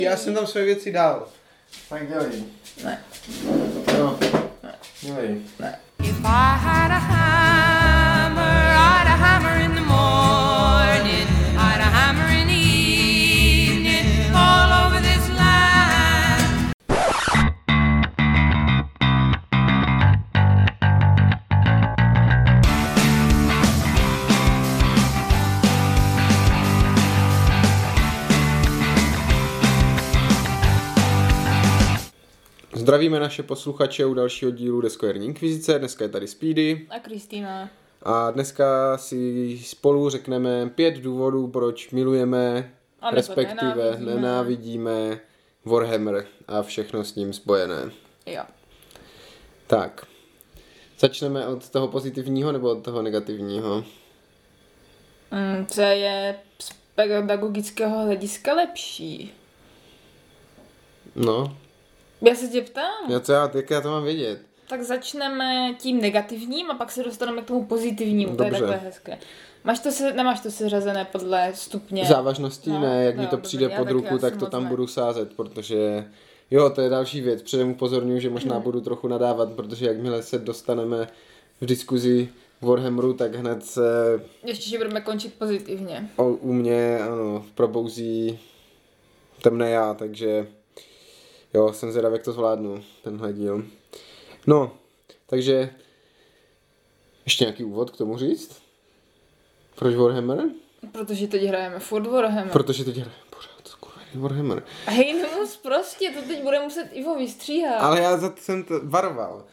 Já jsem tam své věci dal. Tak dělej. Ne. No. Ne. Dělej. Ne. If I had a hammer, I'd a hammer in the morning, I'd a hammer in the evening, all over this land. Zdravíme naše posluchače u dalšího dílu Deskoherní inkvizice. Dneska je tady Speedy. A Kristýna. A dneska si spolu řekneme 5 důvodů, proč milujeme, A respektive nenávidíme Warhammer a všechno s ním spojené. Jo. Tak, začneme od toho pozitivního nebo od toho negativního? Co je z pedagogického hlediska lepší? No, Já se tě ptám. jak já to mám vědět? Tak začneme tím negativním a pak se dostaneme k tomu pozitivnímu. To je Dobře. takové hezké. Nemáš to seřazené podle stupně? Závažností No, ne, jak no, mi to dobrý, přijde já pod taky, ruku, já tak jsem to moc tam ne. budu sázet, protože jo, to je další věc. Předem upozorňuji, že možná budu trochu nadávat, protože jakmile se dostaneme v diskuzi k Warhammeru, tak hned se Ještě, že budeme končit pozitivně. u mě probouzí temné já, takže jo, jsem zvědav, jak to zvládnu, tenhle díl. No, takže ještě nějaký úvod k tomu říct? Proč Warhammer? Protože teď hrajeme furt Warhammer. Protože teď hrajeme pořád kurvený Warhammer. Hej, nemus prostě, to teď bude muset Ivo vystříhat. Ale já za to jsem to varoval.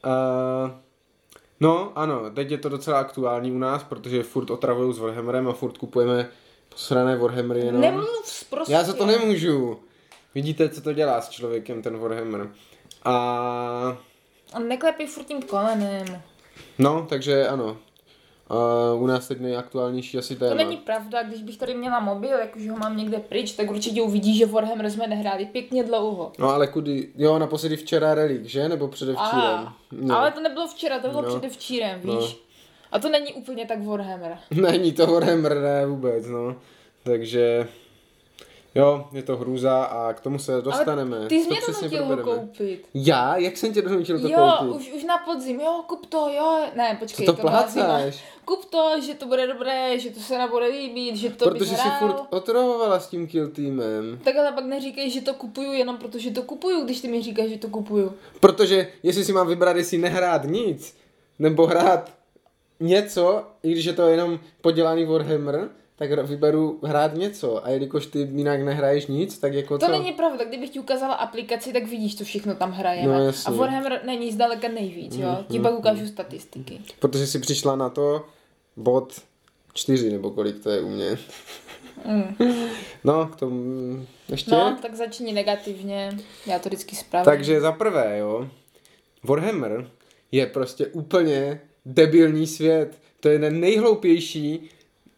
No, ano, teď je to docela aktuální u nás, protože furt otravujou s Warhammerem a furt kupujeme posrané Warhammery jenom. Nemluv prostě. Já za to nemůžu. Vidíte, co to dělá s člověkem ten Warhammer. A On neklepí furt tím kolenem. no, takže ano. U nás teď nejaktuálnější asi téma. To není pravda, když bych tady měla mobil, jakože ho mám někde pryč, tak určitě uvidí, že Warhammer jsme nehráli pěkně dlouho. No ale kudy, jo, naposledy včera Relic, že? Nebo předevčírem? No. Ale to nebylo včera, to bylo No. předevčírem, víš? No. A to není úplně tak Warhammer. Není to Warhammer, ne vůbec, no. Takže jo, je to hrůza a k tomu se dostaneme. Ale ty jsi To mě přesně donutil ho probereme. koupit. Já? Jak jsem tě donutil to Jo, koupit? už na podzim, jo, kup to, jo. Ne, počkej, Co to byla zima. plácáš? Kup to, že to bude dobré, že to se nám bude líbit, že to Protože bych jsi hrál. furt otravovala s tím Kill Teamem. Tak ale pak neříkej, že to kupuju jenom protože to kupuju, když ty mi říkáš, že to kupuju. Protože jestli si mám vybrat, jestli nehrát nic, nebo hrát něco, i když je to jenom podělaný Warhammer, tak vyberu hrát něco. A jelikož ty jinak nehraješ nic, tak jako To co? není pravda, kdybych ti ukázala aplikaci, tak vidíš, co všechno tam hrajeme. No, A jasně. Warhammer není zdaleka nejvíc, jo. Ti pak ukážu statistiky. Protože jsi přišla na to bod 4, nebo kolik to je u mě. No, k tomu ještě. No, tak začni negativně, já to vždycky spravím. Takže za prvé, jo, Warhammer je prostě úplně debilní svět. To je ten nejhloupější,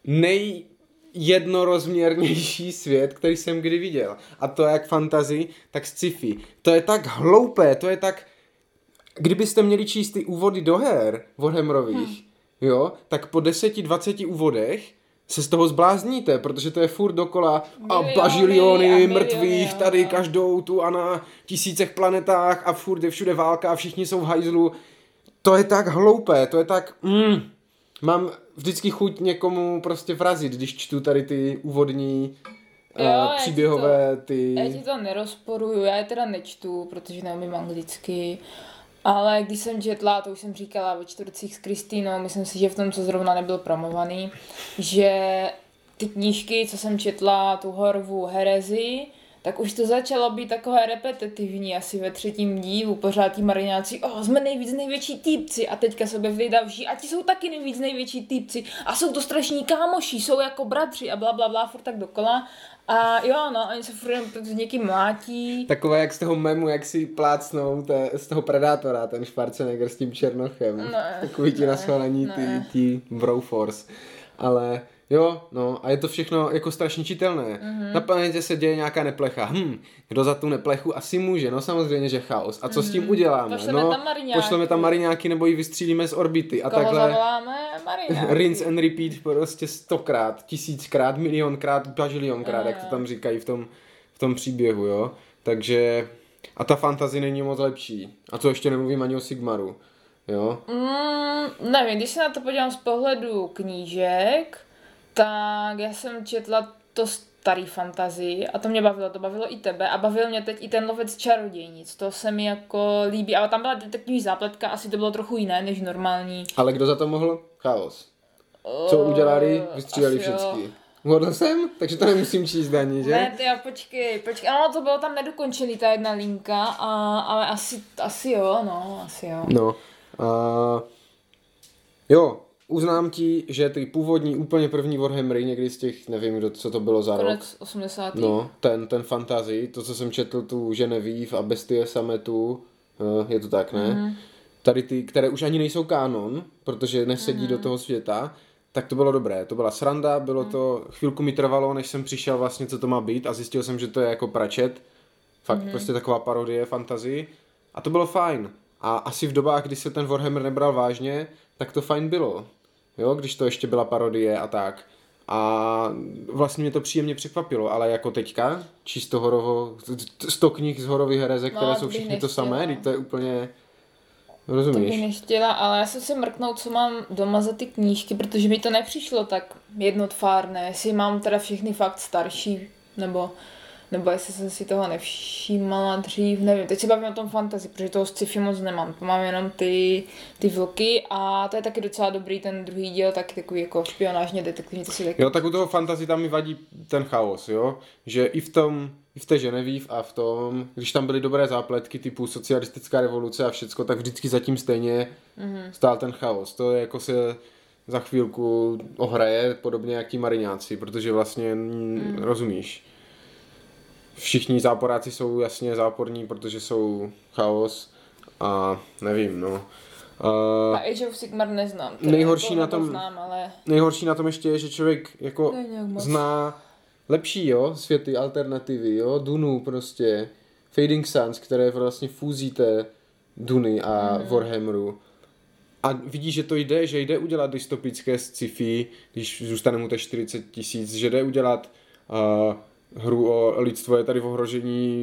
nejjednorozměrnější svět, který jsem kdy viděl. A to jak fantasy, tak sci-fi. To je tak hloupé, to je tak... Kdybyste měli číst ty úvody do her Warhammerových, jo, tak po 10-20 úvodech se z toho zblázníte, protože to je furt dokola a Miliony baziliony a mrtvých miliony, tady jo. každou tu a na tisícech planetách a furt je všude válka a všichni jsou v hajzlu. To je tak hloupé, to je tak... Mám vždycky chuť někomu prostě vrazit, když čtu tady ty úvodní příběhové Já ti to nerozporuju, já je teda nečtu, protože neumím anglicky. Ale když jsem četla, to už jsem říkala ve čtvrtcích s Kristýnou, myslím si, že v tom, co zrovna nebyl promovaný, že ty knížky, co jsem četla, tu Horvu herezi, tak už to začalo být takové repetitivní, asi ve 3. dílu, pořád tí mariňáci, jsme největší týpci a teďka se objevili další a ti jsou taky největší týpci a jsou to strašní kámoši, jsou jako bratři a blablabla, furt tak dokola. A jo, no, oni se furt s někým mlátí. Takové jak z toho memu, jak si plácnou z toho Predátora, ten Schwarzenegger s tím Černochem. Ne, Takový ti naschválení ty Broforce. Ale jo, no a je to všechno jako strašně čitelné. Na planetě se děje nějaká neplecha. Kdo za tu neplechu asi může? No samozřejmě, že chaos. A co s tím uděláme? Pošleme tam mariňáky nebo ji vystřílíme z orbity. A Koho takhle zavoláme? Mariňáky. rinse and repeat prostě 100krát, 1000krát, milionkrát, bazilionkrát, jak to tam říkají v v tom příběhu, jo. Takže a ta fantasy není moc lepší. A to ještě nemluvím ani o Sigmaru, jo. Nevím, když se na to podívám z pohledu knížek, tak já jsem četla to starý fantasy a to mě bavilo, to bavilo i tebe a bavil mě teď i ten Lovec čarodějnic, to se mi jako líbí, ale tam byla detektivní zápletka, asi to bylo trochu jiné než normální. Ale kdo za to mohl? Chaos. Co udělali? Vystřídali všechny. Uhodl jsem? Takže to nemusím číst ani, že? Ne, ty jo, počkej, ano, to bylo tam nedokončený, ta jedna linka, ale asi jo. No, jo, uznám ti, že ty původní, úplně první Warhammery, někdy z těch, nevím, co to bylo za konec rok. 80. No, ten fantasy, to, co jsem četl, tu Genevieve a Bestie Sametu, je to tak, ne? Mhm. Tady ty, které už ani nejsou kánon, protože nesedí do toho světa, tak to bylo dobré, to byla sranda, bylo to, chvilku mi trvalo, než jsem přišel vlastně, co to má být a zjistil jsem, že to je jako pračet, fakt prostě taková parodie fantasy a to bylo fajn. A asi v dobách, kdy se ten Warhammer nebral vážně, tak to fajn bylo, jo, když to ještě byla parodie a tak. A vlastně mě to příjemně překvapilo, ale jako teďka, čisto horovo, 100 knih z horových herezek, které jsou všichni to samé, teď to je úplně... Rozumíš? To bych nechtěla, ale já jsem si mrknout, co mám doma za ty knížky, protože mi to nepřišlo tak jednotvárné, jestli mám teda všechny fakt starší, nebo jestli jsem si toho nevšímala dřív, nevím. Teď se bavím o tom fantasy, protože toho sci-fi moc nemám, to mám jenom ty vlky a to je taky docela dobrý, ten druhý díl, taky takový jako špionážně detektivní, to si taky... Jo, tak u toho fantasy tam mi vadí ten chaos, jo, že i v té Genevieve a v tom, když tam byly dobré zápletky typu socialistická revoluce a všecko, tak vždycky zatím stejně stál ten chaos. To je jako se za chvílku ohraje, podobně jak ti mariňáci, protože vlastně rozumíš. Všichni záporáci jsou jasně záporní, protože jsou chaos a nevím, no. A Age of Sigmar neznám. Nejhorší na tom ještě je, že člověk jako zná lepší, jo, světy, alternativy, jo, Dunu prostě, Fading Suns, které je vlastně fúzí té Duny a Warhammeru. A vidí, že to jde, že jde udělat dystopické sci-fi, když zůstane mu těch 40 000, že jde udělat hru o lidstvo je tady v ohrožení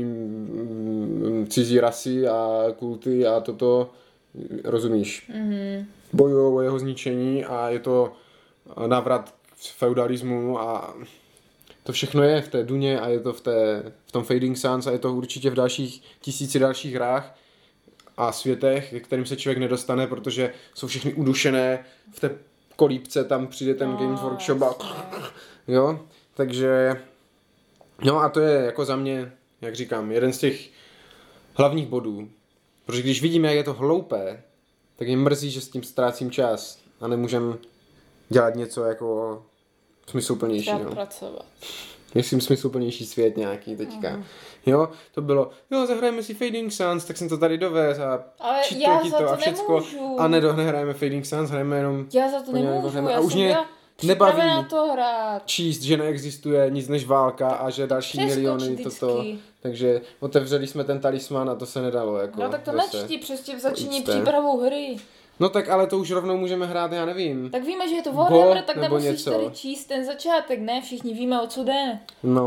cizí rasy a kulty a toto, rozumíš, bojují o jeho zničení a je to návrat k feudalismu a to všechno je v té Duně a je to v tom Fading Suns a je to určitě v dalších 1000 dalších hrách a světech, ke kterým se člověk nedostane, protože jsou všechny udušené v té kolípce, tam přijde ten Games Workshop a jo, takže no a to je jako za mě, jak říkám, jeden z těch hlavních bodů, protože když vidím, jak je to hloupé, tak mě mrzí, že s tím ztrácím čas a nemůžem dělat něco jako smysluplnější. Třeba pracovat. Myslím smysluplnější svět nějaký teďka. Jo, to bylo, jo, zahrajeme si Fading Suns, tak jsem to tady dovez a ale čítlo já ti za to a všecko. nemůžu. A nehrajeme Fading Suns, hrajeme jenom... Já za to nemůžu, a já už jsem mě byla nebaví připravená to hrát. číst, že neexistuje nic než válka a že další miliony toto. Takže otevřeli jsme ten talisman a to se nedalo. Jako, No tak to zase. nečti, přesně začíní XP. přípravou hry. No tak ale to už rovnou můžeme hrát, já nevím. Tak víme, že je to Warhammer, tak nebo nemusíš něco. tady číst ten začátek, ne? Všichni víme, o co jde.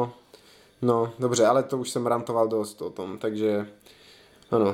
No, dobře, ale to už jsem rantoval dost o tom, takže ano,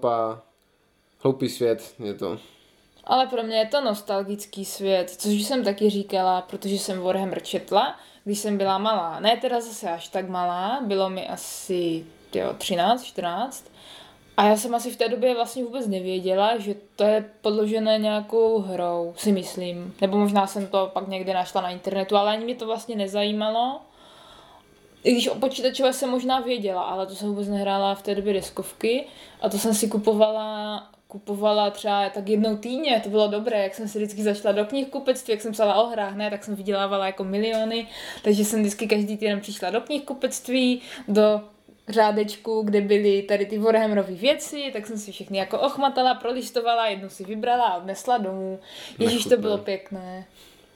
hloupý svět je to. Ale pro mě je to nostalgický svět, což jsem taky říkala, protože jsem Warhammer četla, když jsem byla malá. Ne teda zase až tak malá, bylo mi asi 13, 14. A já jsem asi v té době vlastně vůbec nevěděla, že to je podložené nějakou hrou, si myslím. Nebo možná jsem to pak někde našla na internetu, ale ani mě to vlastně nezajímalo. I když o počítačové jsem možná věděla, ale to jsem vůbec nehrála v té době deskovky. A to jsem si kupovala třeba tak jednou týdně, to bylo dobré, jak jsem si vždycky zašla do knihkupectví, jak jsem psala o hrách, ne, tak jsem vydělávala jako miliony, takže jsem vždycky každý týden přišla do knihkupectví, do řádečku, kde byly tady ty Warhammerové věci, tak jsem si všechny jako ochmatala, prolistovala, jednu si vybrala a odnesla domů. Ježíš, to bylo pěkné.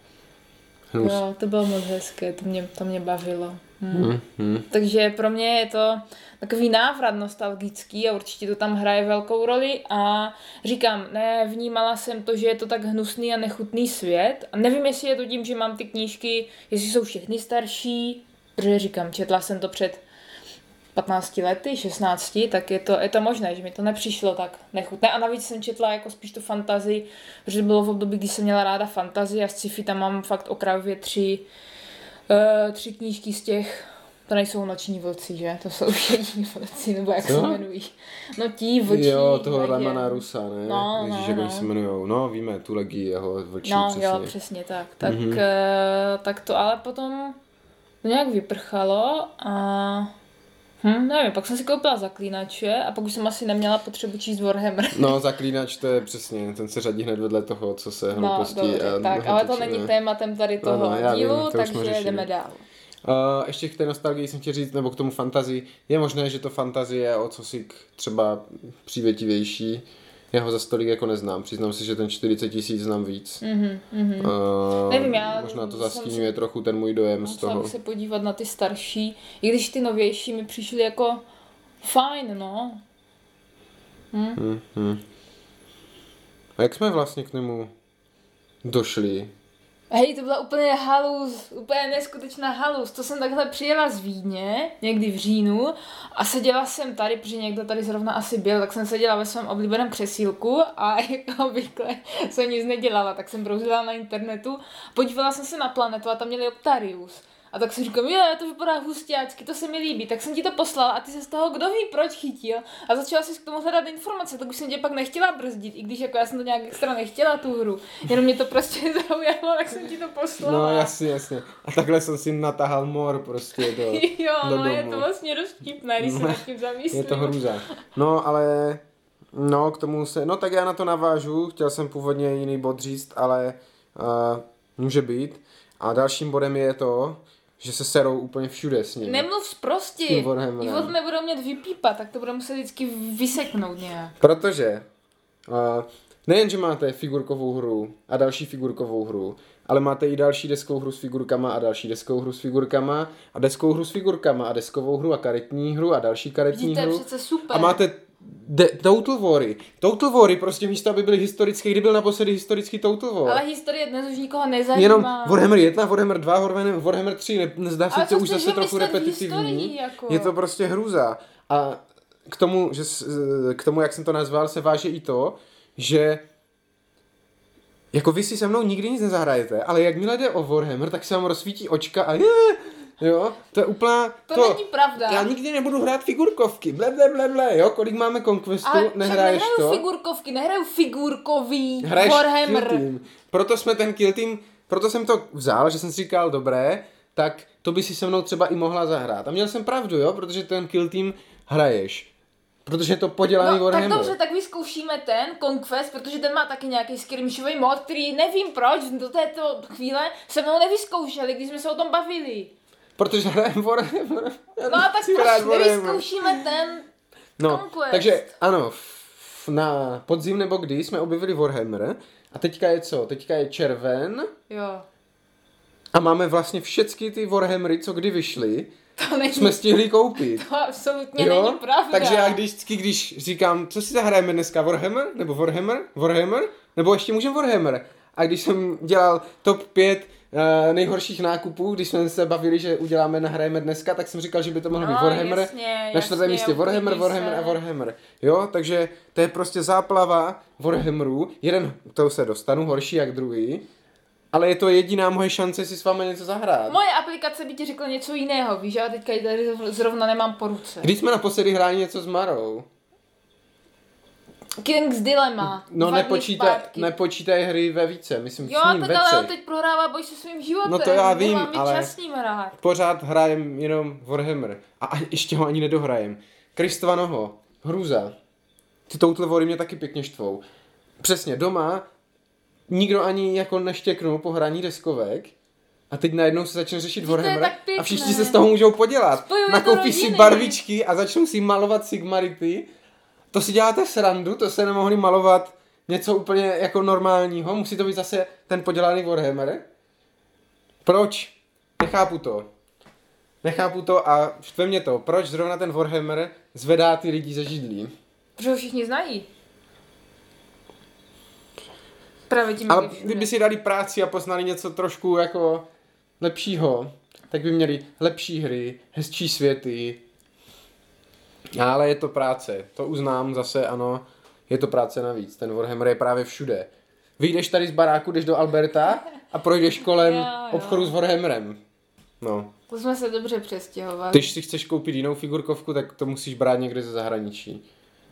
Jo, to bylo moc hezké, to mě bavilo. Takže pro mě je to takový návrat nostalgický a určitě to tam hraje velkou roli a říkám, vnímala jsem to, že je to tak hnusný a nechutný svět a nevím, jestli je to tím, že mám ty knížky, jestli jsou všechny starší, protože říkám, četla jsem to před 15 lety, 16, tak je to možné, že mi to nepřišlo tak nechutné. A navíc jsem četla jako spíš tu fantazii, protože bylo v období, kdy jsem měla ráda fantazii a z sci-fi tam mám fakt okrajově 3 knížky z těch, to nejsou Noční vlci, že? To jsou Šedí vlci, nebo jak se jmenují. No ti vlčí. Jo, toho Lemana Rusa, ne? No, Ježíš, no, jak se jmenujou. No, víme, tu legii jeho vlčí, no, přesně. jo, přesně tak. Tak to ale potom nějak vyprchalo a nevím, pak jsem si koupila Zaklínače a pak už jsem asi neměla potřebu číst Warhammer. No, Zaklínač, to je přesně, ten se řadí hned vedle toho, co se hlouposti. No, dobře, tak, ale to není tématem tady toho dílu, takže jdeme dál. Ještě k té nostalgii jsem chtěl říct, nebo k tomu fantazii. Je možné, že to fantazie je o cosik třeba přívětivější. Já ho za stolik jako neznám. Přiznám si, že ten 40 000 znám víc. Nevím, já možná to zastínuje trochu ten můj dojem z toho. Musela se podívat na ty starší, i když ty novější mi přišly jako fajn, no. A jak jsme vlastně k němu došli? Hej, to byla úplně halus, úplně neskutečná halus. To jsem takhle přijela z Vídně, někdy v říjnu a seděla jsem tady, protože někdo tady zrovna asi byl, tak jsem seděla ve svém oblíbeném křesílku a jako obvykle jsem nic nedělala, tak jsem brouzila na internetu, podívala jsem se na Planetu a tam měli Octarius. A tak si říkám, to vypadá husťácky, to se mi líbí, tak jsem ti to poslala a ty se z toho kdo ví proč chytil a začala si k tomu hledat informace, tak už jsem tě pak nechtěla brzdit, i když jako já jsem to nějak extra nechtěla tu hru, jenom mě to prostě zaujalo, tak jsem ti to poslala. No jasně. A takhle jsem si natahal mor prostě do Jo, do no domu. je to vlastně dost vtipné, když se nad tím zamyslím. Je to hrůza. No ale, k tomu tak já na to navážu, chtěl jsem původně jiný bod říct, ale může být. A dalším bodem je to, že se serou úplně všude s ním. Nemluv zprostě. Ivo to nebudou mět vypípat, tak to bude muset vždycky vyseknout nějak. Protože nejen, že máte figurkovou hru a další figurkovou hru, ale máte i další deskovou hru s figurkama a další deskovou hru s figurkama a deskovou hru s figurkama a deskovou hru a karetní hru a další karetní hru. To je přece super. A máte Total Wary. Total Wary prostě místo, aby byly historické, kdy byl naposledy historický Total War. Ale historie dnes už nikoho nezajímá. Jenom Warhammer 1, Warhammer 2, Warhammer 3, nezdá se to už zase trochu repetitivní. Jako. Je to prostě hrůza. A k tomu, jak jsem to nazval, se váže i to, že jako vy si se mnou nikdy nic nezahrajete, ale jakmile jde o Warhammer, tak se vám rozsvítí očka a jo, to je úplná... To není pravda. Já nikdy nebudu hrát figurkovky, ble, jo, kolik máme Conquestu, nehraješ to. Ale figurkovky, nehraju figurkový hraješ Warhammer. Kill Team. Proto jsme ten Kill Team, proto jsem to vzal, že jsem si říkal, dobré, tak to by si se mnou třeba i mohla zahrát. A měl jsem pravdu, jo, protože ten Kill Team hraješ. Protože je to podělaný Warhammer. Tak dobře, tak vyzkoušíme ten Conquest, protože ten má taky nějaký skirmishový mod, který nevím proč do této chvíle se mnou nevyzkoušeli, když jsme se o tom bavili. Protože hrajeme Warhammer. No a tak proč nevyzkoušíme ten Conquest? Takže ano, na podzim nebo kdy jsme objevili Warhammer a teďka je co? Teďka je červen. Jo. A máme vlastně všechny ty Warhammery, co kdy vyšly, není, jsme stihli koupit. To absolutně není pravda. Takže já když říkám, co si zahrajeme dneska, Warhammer? Nebo Warhammer? Nebo ještě můžeme Warhammer? A když jsem dělal top 5 nejhorších nákupů, když jsme se bavili, že nahrajeme dneska, tak jsem říkal, že by to mohlo být Warhammer. Jasně, na čtvrtém místě Warhammer. Jo, takže to je prostě záplava Warhammerů. Jeden, to se dostanu, horší jak druhý. Ale je to jediná moje šance si s vámi něco zahrát. Moje aplikace by ti řekla něco jiného, víš, ale teďka tady zrovna nemám po ruce. Když jsme naposledy hráli něco s Marou? King's Dilemma. No nepočítaj hry ve více, myslím jo, s ním tak ve ale třech. on teď prohrává boj se svým životem. No to já vím, ale hrát. Pořád hrajem jenom Warhammer. A ještě ho ani nedohrajem. Kristova noho, hrůza. Ty Total Wary mě taky pěkně štvou. Přesně, doma nikdo ani jako neštěknul po hraní deskovek a teď najednou se začne řešit Warhammer a všichni se z toho můžou podělat. Nakoupí si barvičky a začnou si malovat Sigmarity. To si děláte srandu, to se nemohli malovat něco úplně jako normálního, musí to být zase ten podělaný Warhammer. Proč? Nechápu to a štve mě to. Proč zrovna ten Warhammer zvedá ty lidi ze židlí? Protože ho všichni znají. Právě tím, ale kdyby si dali práci a poznali něco trošku jako lepšího, tak by měli lepší hry, hezčí světy. Ale je to práce, to uznám zase, ano, je to práce navíc, ten Warhammer je právě všude. Vyjdeš tady z baráku, jdeš do Alberta a projdeš kolem Jo. obchodu s Warhammerem. No. To jsme se dobře přestěhovali. Když si chceš koupit jinou figurkovku, tak to musíš brát někde ze zahraničí.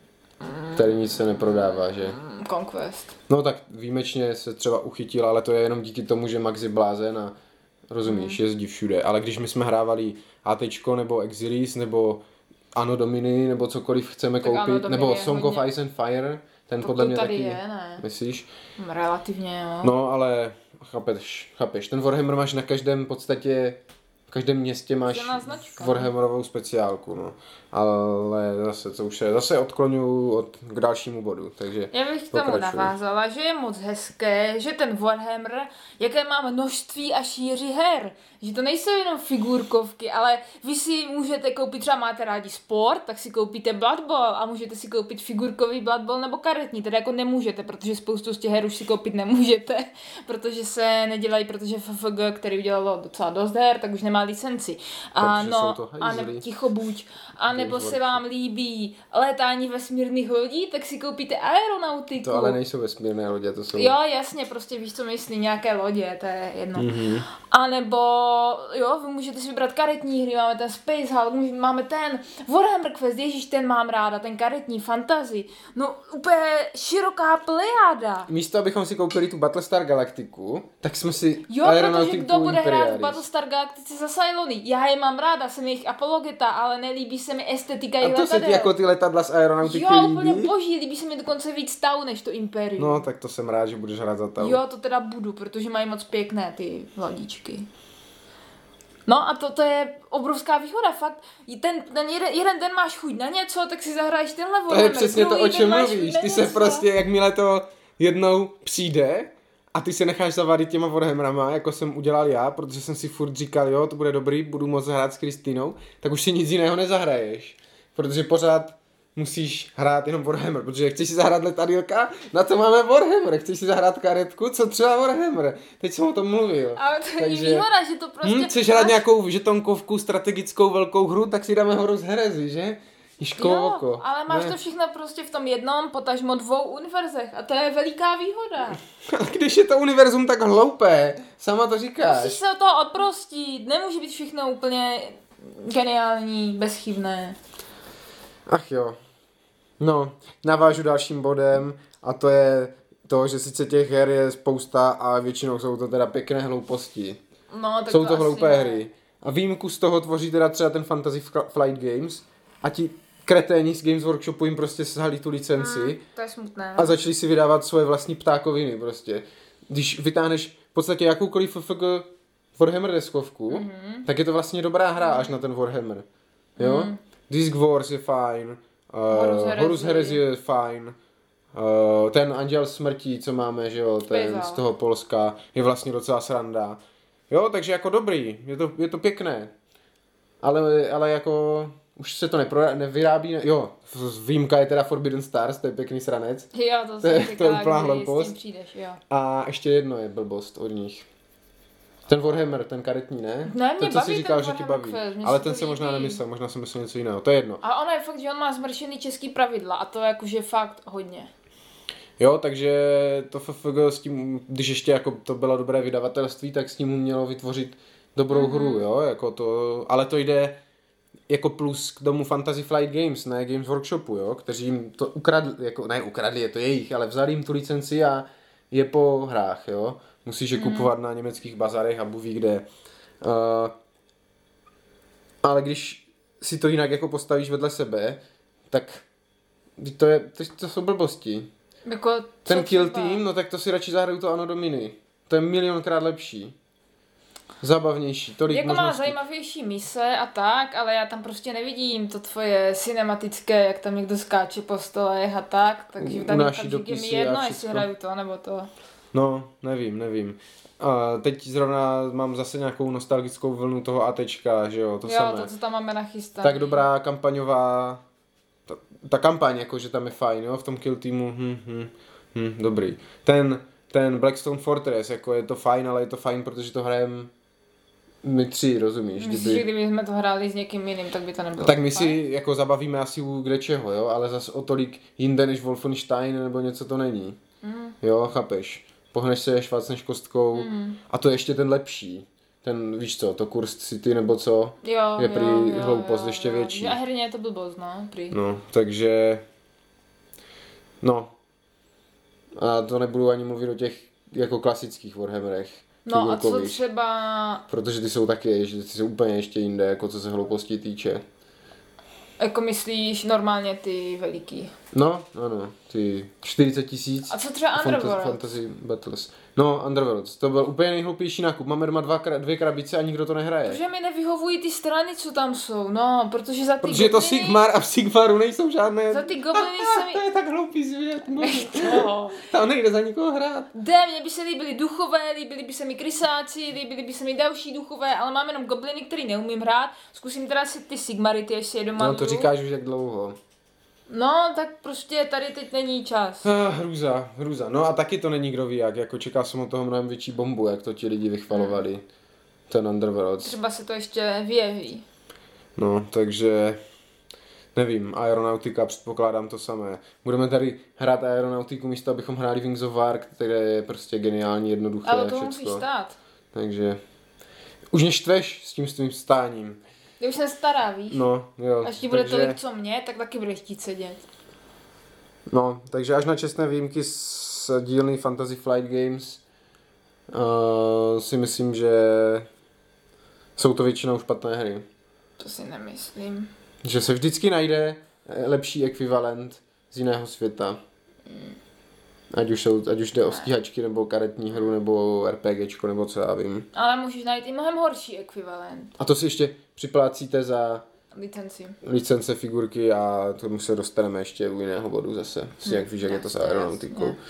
Tady nic se neprodává, že? Conquest. No tak výjimečně se třeba uchytil, ale to je jenom díky tomu, že Max je blázen a rozumíš, jezdí všude. Ale když my jsme hrávali ATčko nebo Exilis nebo Anno Domini nebo cokoliv chceme Tak Anno koupit, Domini nebo je Song hodně. of Ice and Fire, ten To podle mě tady taky je, ne? myslíš? Relativně, jo. No ale chápeš, ten Warhammer máš na každém podstatě, v každém městě máš Silná značka. Warhammerovou speciálku, no. Ale zase, to už je, zase odkloňuju k dalšímu bodu, takže Já bych k tomu pokračuj. navázala, že je moc hezké, že ten Warhammer, jaké má množství a šíři her. Že to nejsou jenom figurkovky, ale vy si můžete koupit, třeba máte rádi sport, tak si koupíte Blood Bowl a můžete si koupit figurkový Blood Bowl nebo karetní. Teda jako nemůžete, protože spoustu z těch her už si koupit nemůžete, protože se nedělají, protože FFG, který udělalo docela dost her, tak už nemá licenci. A Protože no, jsou to a hajzli. nebo ticho buď. A nebo se vám líbí létání vesmírných lodí, tak si koupíte aeronautiku. To ale nejsou vesmírné lodě, to jsou... Jo, jasně, prostě víš, co myslím, nějaké lodě, to je jedno. A nebo, jo, vy můžete si vybrat karetní hry, máme ten Space Hulk, máme ten Warhammer Quest, ježíš, ten mám ráda, ten karetní fantasy. No, úplně široká plejáda. Místo, abychom si koupili tu Battlestar Galactiku, tak jsme si Jo, protože aeronautiku kdo bude hrát v Imperialis. Battlestar Galactice za Cylony? Já je mám ráda, jsem jejich apologeta, ale nelíbí se mi estetika A jejich to se ti letadel. jako ty letadla z aeronautiky Jo, úplně líbí? boží, líbí se mi dokonce víc Tau než to Imperium. No, tak to jsem rád, že budeš hrát za Tau. Jo, to teda budu, protože mají moc pěkné ty lodičky. No a to je obrovská výhoda, fakt. Ten jeden den máš chuť na něco, tak si zahraješ tenhle To je Warhammer. přesně to, druhý o den čem máš chuť mluvíš. na Ty se něco. prostě, jakmile to jednou přijde a ty se necháš zavadit těma Warhammerama, jako jsem udělal já, protože jsem si furt říkal, jo, to bude dobrý, budu moct hrát s Kristýnou, tak už si nic jiného nezahraješ. Protože pořád musíš hrát jenom Warhammer, protože chceš si zahrát letadýlka, na to máme Warhammer, chceš si zahrát karetku, co třeba Warhammer. Teď jsem o tom mluvil. Ale to je výhoda, že to prostě... Chceš hrát nějakou žetonkovku, strategickou velkou hru, tak si dáme Horus Heresy, že? Jižkovo Jo, oko. ale máš Ne. to všechno prostě v tom jednom, potažmo 2 univerzech a to je veliká výhoda. Když je to univerzum tak hloupé, sama to Musíš říkáš. se od toho odprostit, nemůže být všechno úplně geniální, bezchybné. Ach jo. No, navážu dalším bodem a to je to, že sice těch her je spousta a většinou jsou to teda pěkné hlouposti. No, tak Jsou to asi hloupé ne. hry. A výjimku z toho tvoří teda třeba ten Fantasy Flight Games a ti kreténi z Games Workshopu jim prostě sahali tu licenci To je smutné. a začali si vydávat svoje vlastní ptákoviny prostě. Když vytáhneš v podstatě jakoukoliv FFG Warhammer deskovku, tak je to vlastně dobrá hra až na ten Warhammer. Jo? Disc Wars je fajn, Horus Heresy je fajn, ten Anděl smrti, co máme, že jo, ten Space z toho Polska, je vlastně docela sranda. Jo, takže jako dobrý, je to pěkné. Ale jako už se to nevyrábí, jo, výjimka je teda Forbidden Stars, to je pěkný sranec. Jo, to To jsem je říkala, úplná kdy s hloupost. tím přijdeš, jo. A ještě jedno je blbost od nich. Ten Warhammer, ten karetní, ne? Ne, mě ten, co baví jsi ten říkal, že tě Warhammer baví. Quest, mně Ale se ten to se možná líbí. nemyslel, možná jsem myslel něco jiného, to je jedno. A ono je fakt, že on má zmršený český pravidla a to jakože fakt hodně. Jo, takže to FFG s tím, když ještě jako to bylo dobré vydavatelství, tak s tím mělo vytvořit dobrou hru, jo, jako to, ale to jde jako plus k tomu Fantasy Flight Games, ne Games Workshopu, jo, kteří jim to ukradli, jako ne ukradli, je to jejich, ale vzali jim tu licenci a je po hrách, jo. Musíš je kupovat na německých bazarech a buví kde. Ale když si to jinak jako postavíš vedle sebe, tak to jsou blbosti. Jako, Ten co Kill třeba? Team, no tak to si radši zahraju to Anno Domini. To je milionkrát lepší. Zabavnější, tolik Jako má možností. zajímavější mise a tak, ale já tam prostě nevidím to tvoje cinematické, jak tam někdo skáče po stolech a tak, takže v daný Unáší okamžik je mi dopisy a jedno, jestli všecko. hraju to nebo to. No, nevím. A teď zrovna mám zase nějakou nostalgickou vlnu toho ATčka, že jo, to Jo, samé. to, co tam máme nachystané. Tak dobrá kampaňová, ta kampaň, jako, že tam je fajn, jo, v tom Kill Teamu, dobrý. Ten Blackstone Fortress, jako je to fajn, ale je to fajn, protože to hrajem My 3, rozumíš? Myslíš, že kdyby jsme to hráli s někým jiným, tak by to nebylo Tak my fajn? si jako zabavíme asi u kdečeho, jo, ale zas o tolik jinde než Wolfenstein nebo něco to není. Jo, chápeš? Pohneš se, švácneš kostkou a to je ještě ten lepší. Ten, víš co, to Cursed City nebo co, je prý hloupost ještě větší. A herně je to blbost, no, prý. No, takže, no, a to nebudu ani mluvit o těch jako klasických Warhammerech. No a co figurkových, třeba, protože ty jsou taky, že ty jsou úplně ještě jinde, jako co se hlouposti týče. jako myslíš normálně ty veliký. No, ano, ty 40 000. A co třeba Underworld? Fantasy Battles. No, Underworld, to byl úplně nejhloupější nákup. Máme doma 2 krabice a nikdo to nehraje. Protože mi nevyhovují ty strany, co tam jsou, no, protože za ty Protože je to gobliny, Sigmar a v Sigmaru nejsou žádné... za ty gobliny se mi... To je tak hloupý svět. No. Tam nejde za nikoho hrát. Mně by se líbily duchové, líbily by se mi krysáci, líbily by se mi další duchové, ale mám jenom gobliny, který neumím hrát. Zkusím teda si ty Sigmary, ty ještě je doma. No to říkáš už jak dlouho. No, tak prostě tady teď není čas. Hrůza. No a taky to není kdo ví jak, jako čekal jsem od toho mnohem větší bombu, jak to ti lidi vychvalovali. Ten Underworld. Třeba se to ještě vyjeví. No, takže nevím, Aeronautika, předpokládám to samé. Budeme tady hrát Aeronautiku místo, abychom hráli Wings of War, které je prostě geniální, jednoduché Ale a to musí všecko. stát. Takže už mě štveš s tím svým stáním. Já už jsem stará, víš? No, jo. Až ti bude takže, tolik, co mě, tak taky budeš chtít sedět. No, takže až na čestné výjimky z dílny Fantasy Flight Games si myslím, že jsou to většinou špatné hry. To si nemyslím. Že se vždycky najde lepší ekvivalent z jiného světa. Ať už jde o stíhačky, nebo karetní hru, nebo RPGčko, nebo co já vím. Ale můžeš najít i mnohem horší ekvivalent. A to si ještě připlácíte za Licenci. licence, figurky a tomu se dostaneme ještě u jiného bodu zase. Jak víš, jak je to s jasně, aeronautikou. jasně.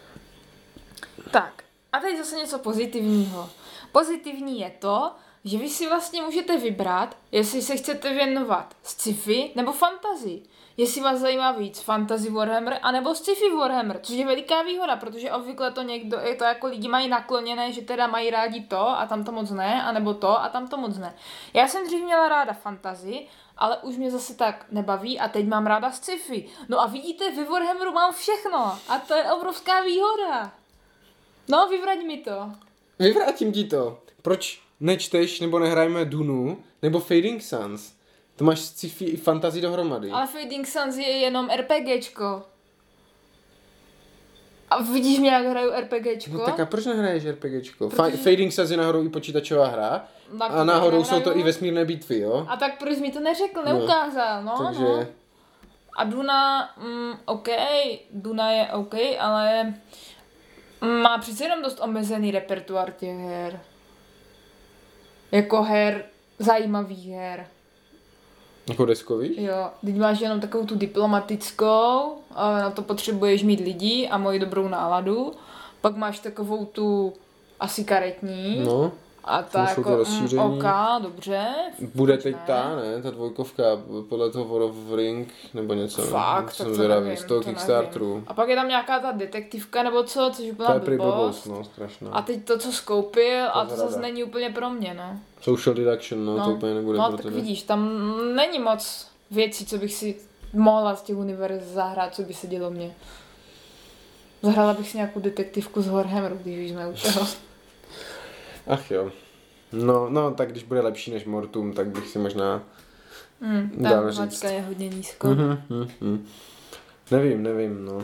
Tak, a teď zase něco pozitivního. Pozitivní je to, že vy si vlastně můžete vybrat, jestli se chcete věnovat sci-fi nebo fantasy. Jestli vás zajímá víc fantasy Warhammer anebo sci-fi Warhammer, což je veliká výhoda, protože obvykle to je to jako lidi mají nakloněné, že teda mají rádi to a tam to moc ne, anebo to a tam to moc ne. Já jsem dřív měla ráda fantasy, ale už mě zase tak nebaví a teď mám ráda sci-fi. No a vidíte, ve Warhammeru mám všechno a to je obrovská výhoda. No, vyvrať mi to. Vyvrátím ti to. Proč nečteš nebo nehrajeme Dunu nebo Fading Suns? To máš sci-fi i fantasy dohromady. Ale Fading Suns je jenom RPGčko. A vidíš mě, jak hraju RPGčko? No tak a proč nehraješ RPGčko? Protože- Fading Suns je náhodou i počítačová hra Tak a náhodou nehraju. jsou to i vesmírné bitvy, jo? A tak proč mi to neřekl, neukázal, no, Takže no. A Duna, OK, Duna je OK, ale má přece jenom dost omezený repertoár těch her. Jako her, zajímavých her. jako deskový? Jo, teď máš jenom takovou tu diplomatickou, a na to potřebuješ mít lidi a moji dobrou náladu. Pak máš takovou tu asi karetní. No, A to tak jsou jako, to rozšíření. OK, dobře. bude proč teď ne? ta dvojkovka, podle toho War of Ring, nebo něco. Fakt, tak jsem to zvědavý, nevím, z toho to Kickstarteru. nevím. A pak je tam nějaká ta detektivka nebo co, což je To úplná je prý blbost, blbost. no, strašná. A teď to, co skoupil, a to zrada. zase není úplně pro mě, no. Social deduction, no, to úplně nebude no pro tak tebe. vidíš, tam není moc věcí, co bych si mohla z těch univerz zahrát, co by se dělo mně. Zahrála bych si nějakou detektivku z Warhammeru, když už jsme u toho. Ach jo. No, tak když bude lepší než Mortum, tak bych si možná Ta dal říct. laťka je hodně nízko. Nevím, no.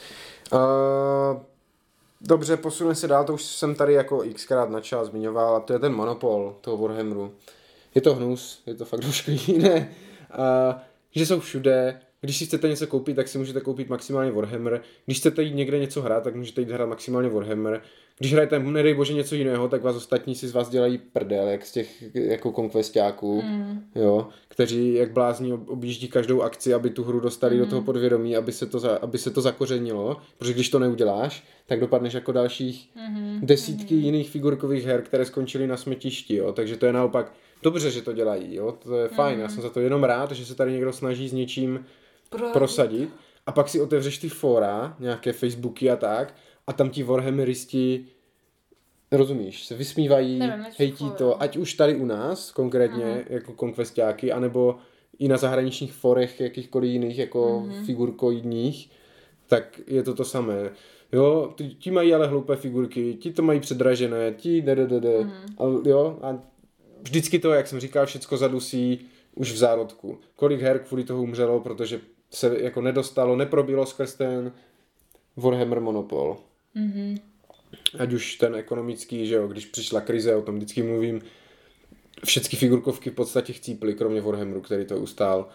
Dobře, posuneme se dál, to už jsem tady jako xkrát načal zmiňoval, a to je ten monopol toho Warhammeru. Je to hnus, je to fakt ošklivý, ne? Že jsou všude, když si chcete něco koupit, tak si můžete koupit maximálně Warhammer. Když chcete jít někde něco hrát, tak můžete jít hrát maximálně Warhammer. Když hrajete, nedej bože, něco jiného, tak vás ostatní si z vás dělají prdel, jak z těch jako konkvestáků, jo, kteří jak blázní objíždí každou akci, aby tu hru dostali do toho podvědomí, aby se to zakořenilo, protože když to neuděláš, tak dopadneš jako dalších desítky jiných figurkových her, které skončily na smetišti, jo, takže to je naopak dobře, že to dělají, jo, to je fajn, já jsem za to jenom rád, že se tady někdo snaží s něčím prosadit a pak si otevřeš ty fóra, nějaké Facebooky a tak, a tam ti Warhammeristi rozumíš, se vysmívají, Nevím, hejtí to, ať už tady u nás, konkrétně, jako konkvestáky, anebo i na zahraničních forech jakýchkoliv jiných, jako figurkoidních, tak je to samé. Jo, ti mají ale hloupé figurky, ti to mají předražené, ti a vždycky to, jak jsem říkal, všecko zadusí už v zárodku. Kolik her kvůli toho umřelo, protože se jako nedostalo, neprobilo skrz ten Warhammer Monopol. Ať už ten ekonomický, že jo, když přišla krize, o tom vždycky mluvím, všechny figurkovky v podstatě chcíply, kromě Warhammeru, který to ustál.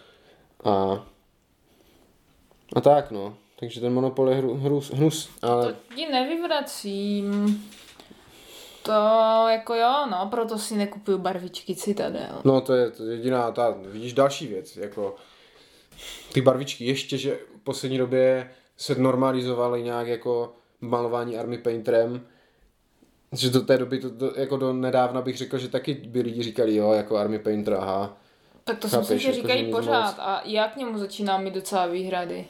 A tak, no. Takže ten Monopol je hnus, ale... To ti nevyvracím. To jako jo, no, proto si nekupuju barvičky Citadel. No to je jediná vidíš další věc, jako ty barvičky ještě, že v poslední době se normalizovaly nějak jako malování Army Painterem, že do té doby, jako do nedávna bych řekl, že taky by lidi říkali, jo, jako Army Painter, aha. Tak to si myslím, že říkají pořád a já k němu začínám mít docela výhrady.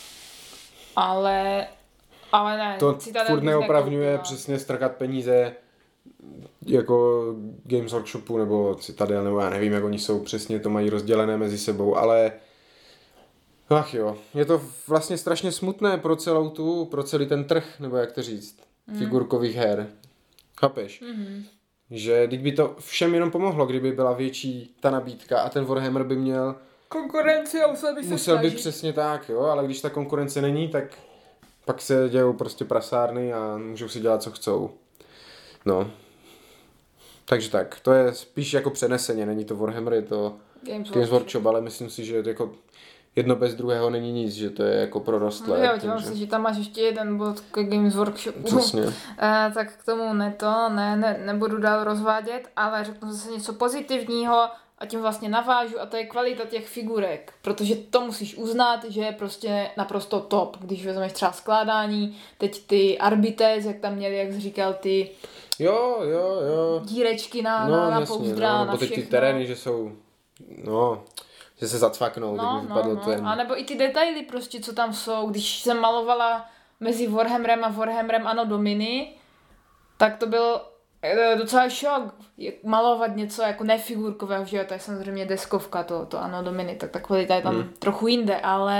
Ale ne. To furt neopravňuje přesně strkat peníze jako Games Workshopu nebo Citadel, nebo já nevím, jak oni jsou přesně, to mají rozdělené mezi sebou, ale ach jo, je to vlastně strašně smutné pro celý ten trh, nebo jak to říct, figurkových her. Chápeš? Že když by to všem jenom pomohlo, kdyby byla větší ta nabídka a ten Warhammer by měl konkurenci a musel by přesně tak, jo, ale když ta konkurence není, tak pak se dějou prostě prasárny a můžou si dělat, co chcou. No. Takže tak, to je spíš jako přeneseně, není to Warhammer, je to Games Workshop, ale myslím si, že jako jedno bez druhého není nic, že to je jako prorostlé. No jo, dělám si, že tam máš ještě jeden bod k Games Workshopu. Přesně. Tak k tomu nebudu dál rozvádět, ale řeknu zase něco pozitivního a tím vlastně navážu a to je kvalita těch figurek, protože to musíš uznat, že je prostě naprosto top, když vezmeš třeba skládání, teď ty Arbites, jak tam měli, jak jsi říkal, ty jo. dírečky na pouzdra, na všechno. Ty terény, že jsou, že se zacvaknou, kdyby vypadl ten. A nebo i ty detaily prostě, co tam jsou, když jsem malovala mezi Warhammerem a Warhammerem Anno Domini, tak to byl docela šok, malovat něco jako nefigurkového, že jo, to je samozřejmě deskovka, to Anno Domini, tak ta kvalita je tam trochu jinde,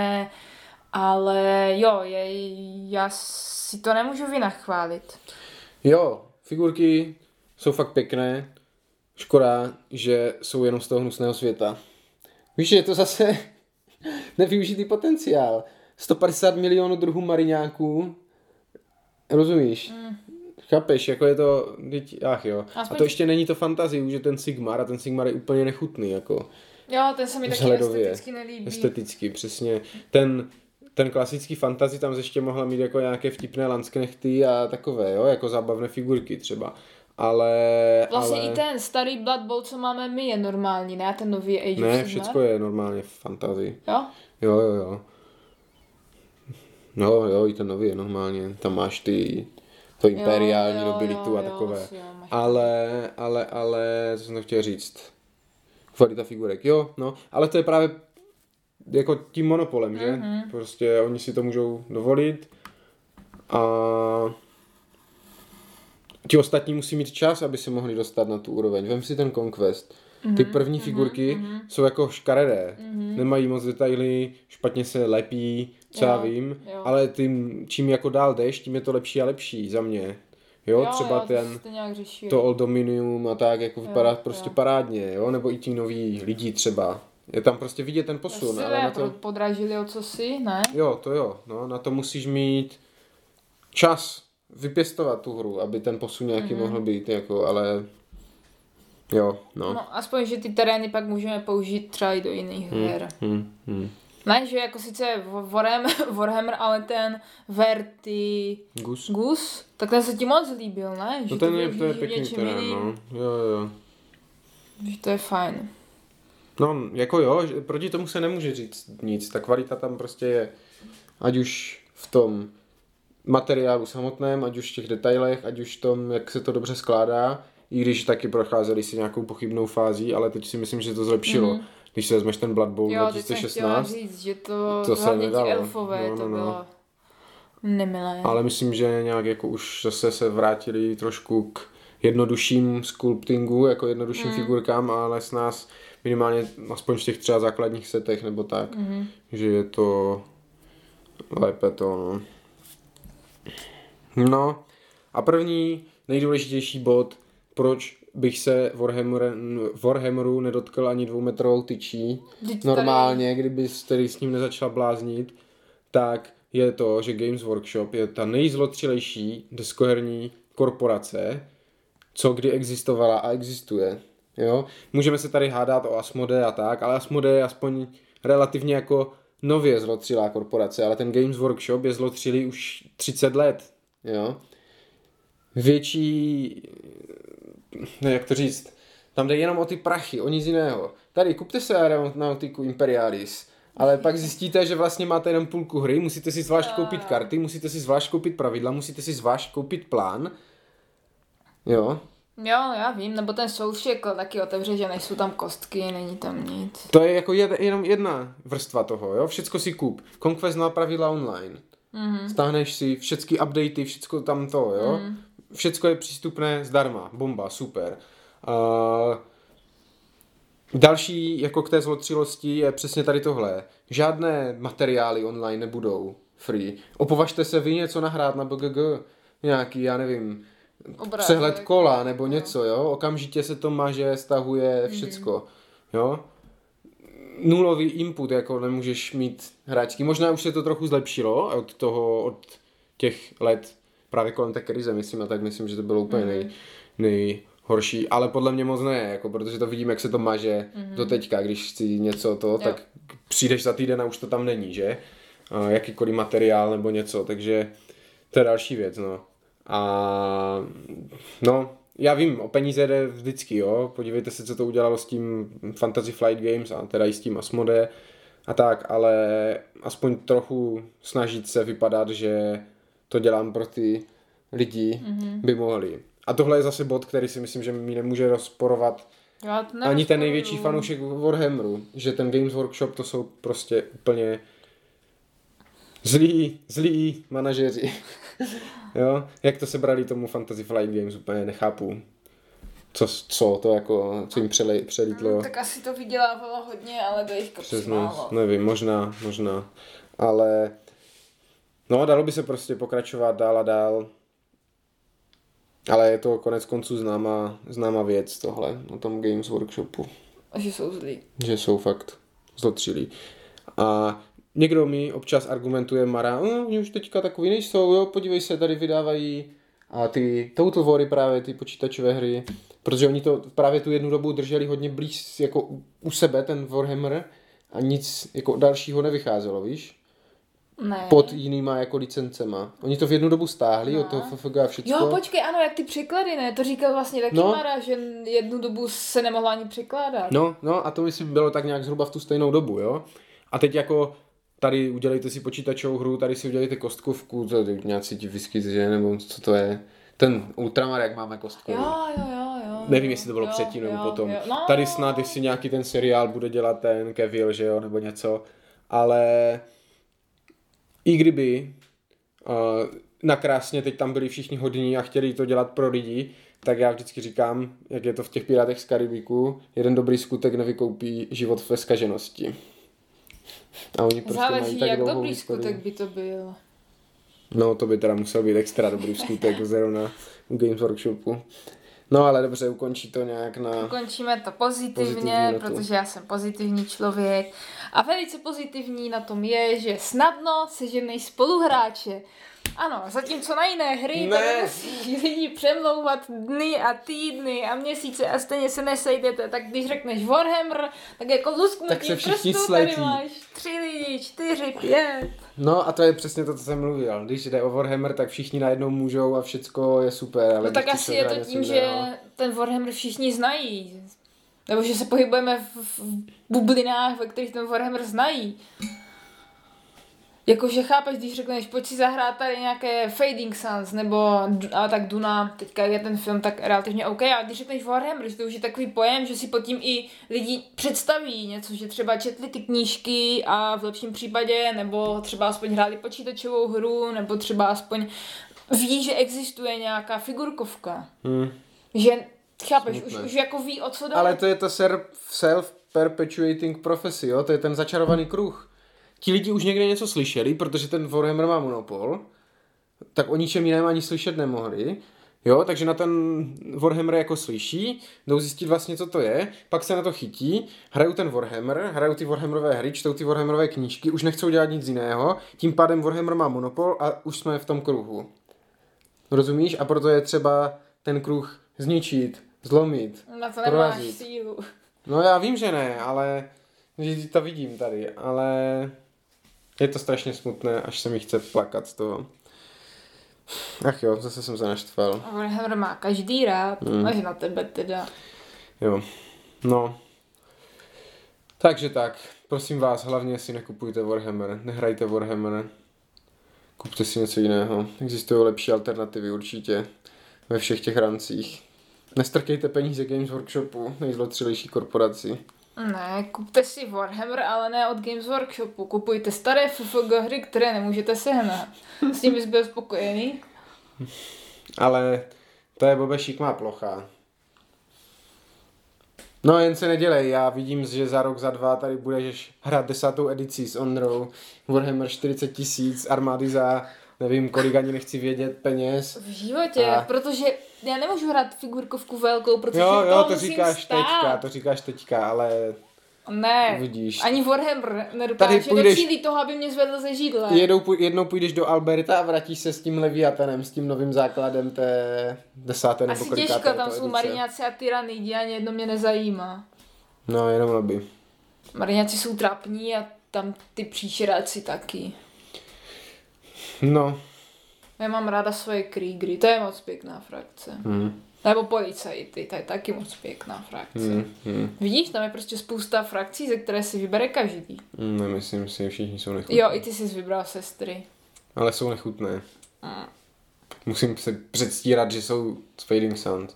ale jo, já si to nemůžu vynachválit. Jo, figurky jsou fakt pěkné, škoda, že jsou jenom z toho hnusného světa. Víš, je to zase nevyužitý potenciál. 150 milionů druhů mariňáků, rozumíš? Chápeš, jako je to, ach jo. A to ještě není to fantasy, už je ten Sigmar a ten Sigmar je úplně nechutný, jako. Jo, ten se mi taky esteticky nelíbí. Esteticky, přesně. Ten klasický fantasy tam ještě mohla mít jako nějaké vtipné landsknechty a takové, jo, jako zábavné figurky třeba. Ale i ten starý Blood Bowl, co máme my, je normální, ne? Ten nový Age of Sigmar? Ne, všecko je normálně fantasy. Jo? Jo. No, i ten nový je normálně. Tam máš to imperiální nobilitu a takové. Ale, co jsem chtěl říct? Kvalita figurek, jo, no. Ale to je právě jako tím monopolem, že? Prostě oni si to můžou dovolit a ti ostatní musí mít čas, aby se mohli dostat na tu úroveň. Vem si ten Conquest. Ty první figurky jsou jako škaredé. Nemají moc detaily, špatně se lepí, co já vím, ale tím, čím jako dál jdeš, tím je to lepší a lepší za mě. Jo, třeba to Old Dominium a tak, jako vypadá prostě parádně, jo, nebo i ti noví lidi třeba. Je tam prostě vidět ten posun. Ale na to podražili o cosi, ne? Jo, no, na to musíš mít čas vypěstovat tu hru, aby ten posun nějaký mohl být, jako, ale jo, no. No, aspoň, že ty terény pak můžeme použít třeba i do jiných her. Ne, že jako sice Warhammer, ale ten Gus, tak ten se ti moc líbil, ne? Že to je pěkný terén, no. Jo. Že to je fajn. No, jako jo, proti tomu se nemůže říct nic. Ta kvalita tam prostě je, ať už v tom materiálu samotném, ať už v těch detailech, ať už v tom, jak se to dobře skládá, i když taky procházeli si nějakou pochybnou fází, ale teď si myslím, že to zlepšilo. Když si vezmeš ten Blood Bowl 2016, teď jsem říct, že to se nedalo. Ti elfové, to bylo nemilé. Ale myslím, že nějak jako už zase se vrátili trošku k jednodušším sculptingu, jako jednodušším figurkám, ale s nás minimálně aspoň v těch třeba základních setech nebo tak, že je to lépe to, no. No a první nejdůležitější bod, proč bych se Warhammeru nedotkl ani 2metrovou tyčí normálně, kdyby tedy s ním nezačala bláznit, tak je to, že Games Workshop je ta nejzlotřilejší deskoherní korporace, co kdy existovala a existuje. Jo? Můžeme se tady hádat o Asmodee a tak, ale Asmodee je aspoň relativně jako nově zlotřilá korporace, ale ten Games Workshop je zlotřilý už 30 let. Jo? Větší, jak to říct, tam jde jenom o ty prachy, o nic jiného. Tady kupte se Aeronautiku Imperialis, ale pak zjistíte, že vlastně máte jenom půlku hry, musíte si zvlášť koupit karty, musíte si zvlášť koupit pravidla, musíte si zvlášť koupit plán. Jo? Jo, já vím, nebo ten soušek taky otevře, že nejsou tam kostky, není tam nic. To je jako jenom jedna vrstva toho, jo? Všecko si kup. Conquest má pravidla online. Stáhneš si všechny updaty, všecko tam to, jo? Všecko je přístupné zdarma. Bomba, super. Další jako k té zlotřilosti je přesně tady tohle. Žádné materiály online nebudou free. Opovažte se vy něco nahrát na BGG. Nějaký, já nevím, přehled kola nebo něco, jo. Okamžitě se to maže, stahuje, všecko. Jo. Nulový input, jako nemůžeš mít hráčský. Možná už se to trochu zlepšilo od těch let právě kolem té krize, myslím, a tak myslím, že to bylo úplně nejhorší, ale podle mě moc ne, jako, protože to vidím, jak se to maže do teďka, když chci něco tak přijdeš za týden a už to tam není, že? Jakýkoliv materiál nebo něco, takže to je další věc, no. A no, já vím, o peníze jde vždycky, jo, podívejte se, co to udělalo s tím Fantasy Flight Games a teda i s tím Asmodee a tak, ale aspoň trochu snažit se vypadat, že to dělám pro ty lidi, by mohli. A tohle je zase bod, který si myslím, že mi nemůže rozporovat ani ten největší fanoušek Warhammeru, že ten Games Workshop to jsou prostě úplně zlí manažeři. Jo? Jak to sebrali tomu Fantasy Flight Games, úplně nechápu. Co to jako, co jim přelítlo. Tak asi to vydělávalo hodně, ale do jejich kapsy málo. Nevím, možná. Ale no, dalo by se prostě pokračovat dál a dál. Ale je to konec konců známá věc tohle o tom Games Workshopu. A že jsou zlí. Že jsou fakt zlotřilí. A někdo mi občas argumentuje, Mara, oni už teďka takový nejsou, jo, podívej se, tady vydávají a ty Total War právě, ty počítačové hry, protože oni to právě tu jednu dobu drželi hodně blíž jako u sebe, ten Warhammer, a nic jako dalšího nevycházelo, víš? Ne. Pod jinýma jako licencema. Oni to v jednu dobu stáhli od toho FFG a všecko. Jo, počkej, ano, jak ty překlady, ne? To říkal vlastně taky Mara, že jednu dobu se nemohla ani překládat. No a to myslím bylo tak nějak zhruba v tu stejnou dobu, jo? A teď jako tady udělejte si počítačovou hru, tady si udělejte kostkovku, to je nějací ti whisky, že? Nebo co to je? Ten Ultramar, jak máme kostku. Jo. Nevím, jestli to bylo předtím nebo potom. Jo. No. Tady snad, jestli nějaký ten seriál bude dělat ten Cavill, že jo, nebo něco. Ale i kdyby nakrásně teď tam byli všichni hodní a chtěli to dělat pro lidi, tak já vždycky říkám, jak je to v těch Pirátech z Karibiku, jeden dobrý skutek nevykoupí život ve zkaženosti. A oni prostě záleží, mají tak jak dobrý historii. skutek by to byl. No, to by teda musel být extra dobrý skutek zrovna u Games Workshopu. No ale dobře, ukončí to nějak na... Ukončíme to pozitivně, protože já jsem pozitivní člověk. A velice pozitivní na tom je, že snadno seženej spoluhráče. Ano, zatímco na jiné hry tady musí lidi přemlouvat dny a týdny a měsíce a stejně se nesejdete, tak když řekneš Warhammer, tak jako lusknutím prstů tady máš 3 lidi, 4, 5. No a to je přesně to, co jsem mluvil. Když jde o Warhammer, tak všichni najednou můžou a všecko je super. Ale no tak asi je to tím, že ten Warhammer všichni znají. Nebo že se pohybujeme v bublinách, ve kterých ten Warhammer znají. Jakože chápeš, když řekneš, pojď si zahrát tady nějaké Fading Suns, nebo a tak Duna, teďka je ten film tak relativně OK, a když řekneš Warhammer, že to už je takový pojem, že si pod tím i lidi představí něco, že třeba četli ty knížky a v lepším případě, nebo třeba aspoň hráli počítačovou hru, nebo třeba aspoň ví, že existuje nějaká figurkovka. Že, chápeš, Smutné. už jako ví, o co jde. Ale to je to self-perpetuating prophecy, jo? To je ten začarovaný kruh. Ti lidi už někde něco slyšeli, protože ten Warhammer má monopol, tak o ničem jiném ani slyšet nemohli. Jo, takže na ten Warhammer jako slyší, jdou zjistit vlastně, co to je, pak se na to chytí, hrajou ten Warhammer, hrajou ty Warhammerové hry, čtou ty Warhammerové knížky, už nechcou dělat nic jiného, tím pádem Warhammer má monopol a už jsme v tom kruhu. Rozumíš? A proto je třeba ten kruh zničit, zlomit, Na to nemáš prorazit. sílu. No já vím, že ne, ale že to vidím tady, ale je to strašně smutné, až se mi chce plakat z toho. Ach jo, zase jsem se naštval. Warhammer má každý rád, až na tebe teda. Jo, no. Takže tak, prosím vás, hlavně si nekupujte Warhammer, nehrajte Warhammer. Kupte si něco jiného, existují lepší alternativy určitě ve všech těch rancích. Nestrkejte peníze Games Workshopu, nejzlotřilejší korporaci. Ne, kupte si Warhammer, ale ne od Games Workshopu. Kupujte staré FFG hry, které nemůžete sehnat. S tím bys byl spokojený? Ale to je blbešík má plocha. No jen se nedělej, já vidím, že za rok, za dva tady budeš hrát 10. edici s Onrou, Warhammer 40 000, armády za nevím kolik, ani nechci vědět, peněz. V životě, protože já nemůžu hrát figurkovku velkou, protože Jo, toho to musím říkáš teďka, ale Ne, Uvidíš. ani Warhammer Tady nedokáže půjdeš- docílit toho, aby mě zvedl ze židle. jednou půjdeš do Alberta a vrátíš se s tím Leviatanem, s tím novým základem té 10. nebo Asi kolikáté těžko, je tam to jsou edice. mariňáci a tyranidy, ani jedno mě nezajímá. No, jenom lobby. Mariňáci jsou trapní a tam ty příšeráci taky. No. Já mám ráda svoje Kriegry, to je moc pěkná frakce. Nebo policajty, to je taky moc pěkná frakce. Vidíš, tam je prostě spousta frakcí, ze které si vybere každý. Nemyslím si, všichni jsou nechutné. Jo, i ty jsi vybral sestry. Ale jsou nechutné. Musím se předstírat, že jsou z Fading Suns.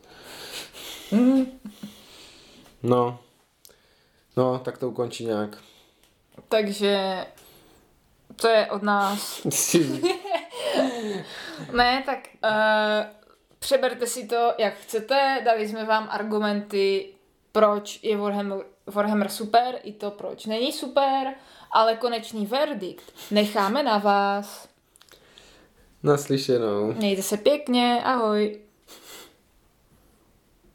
No. No, tak to ukončí nějak. Takže to je od nás. Ne, tak přeberte si to, jak chcete. Dali jsme vám argumenty, proč je Warhammer super, i to, proč není super, ale konečný verdikt necháme na vás. Naslyšenou. Mějte se pěkně, ahoj.